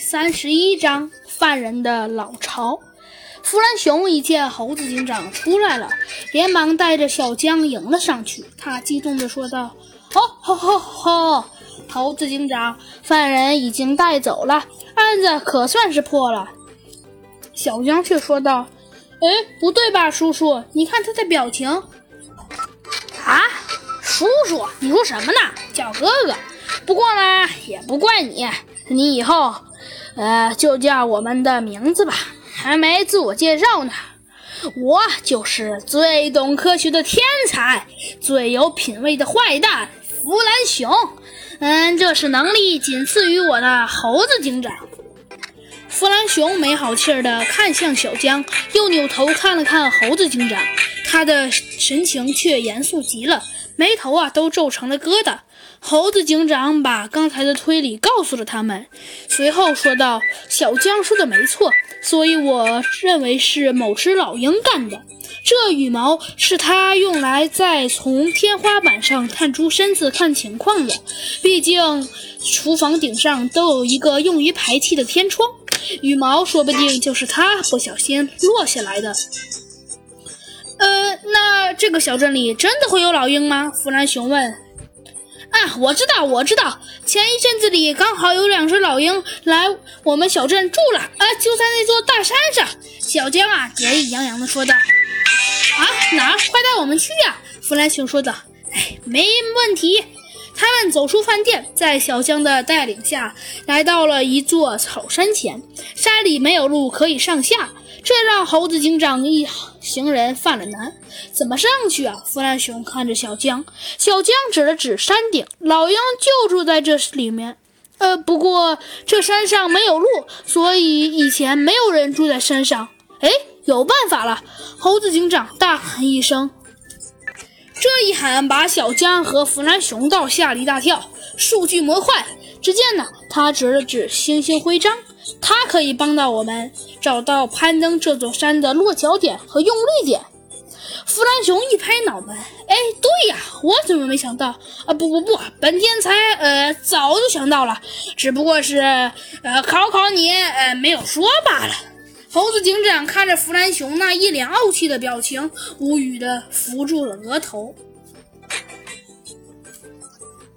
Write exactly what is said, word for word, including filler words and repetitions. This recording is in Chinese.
三十一章犯人的老巢。弗兰熊一见猴子警长出来了，连忙带着小江迎了上去。他激动地说道：吼吼吼吼！猴子警长，犯人已经带走了，案子可算是破了。小江却说道：哎，不对吧，叔叔，你看他的表情。啊，叔叔，你说什么呢？叫哥哥。不过呢，也不怪你，你以后呃就叫我们的名字吧。还没自我介绍呢，我就是最懂科学的天才，最有品味的坏蛋弗兰熊。嗯，这是能力仅次于我的猴子警长。弗兰熊没好气儿地看向小江，又扭头看了看猴子警长，他的神情却严肃极了，眉头啊都皱成了疙瘩。猴子警长把刚才的推理告诉了他们，随后说道：小江说的没错，所以我认为是某只老鹰干的。这羽毛是他用来再从天花板上探出身子看情况的，毕竟厨房顶上都有一个用于排气的天窗，羽毛说不定就是他不小心落下来的。呃，那这个小镇里真的会有老鹰吗？弗兰熊问。啊，我知道，我知道，前一阵子里刚好有两只老鹰来我们小镇住了，啊，就在那座大山上。小江啊，得意洋洋地说道。啊，哪儿？快带我们去呀！弗兰熊说道。哎，没问题。他们走出饭店，在小江的带领下，来到了一座草山前。山里没有路可以上下，这让猴子警长一行人犯了难。怎么上去啊？弗兰熊看着小江，小江指了指山顶，老鹰就住在这里面。呃，不过这山上没有路，所以以前没有人住在山上。哎，有办法了！猴子警长大喊一声。这一喊把小江和弗兰熊倒吓了一大跳。数据模块，只见呢，他指了指星星徽章，它可以帮到我们找到攀登这座山的落脚点和用力点。弗兰熊一拍脑门，哎，对呀，我怎么没想到啊？不不不，本天才呃早就想到了，只不过是呃考考你呃没有说罢了。猴子警长看着弗兰熊那一脸傲气的表情，无语地扶住了额头。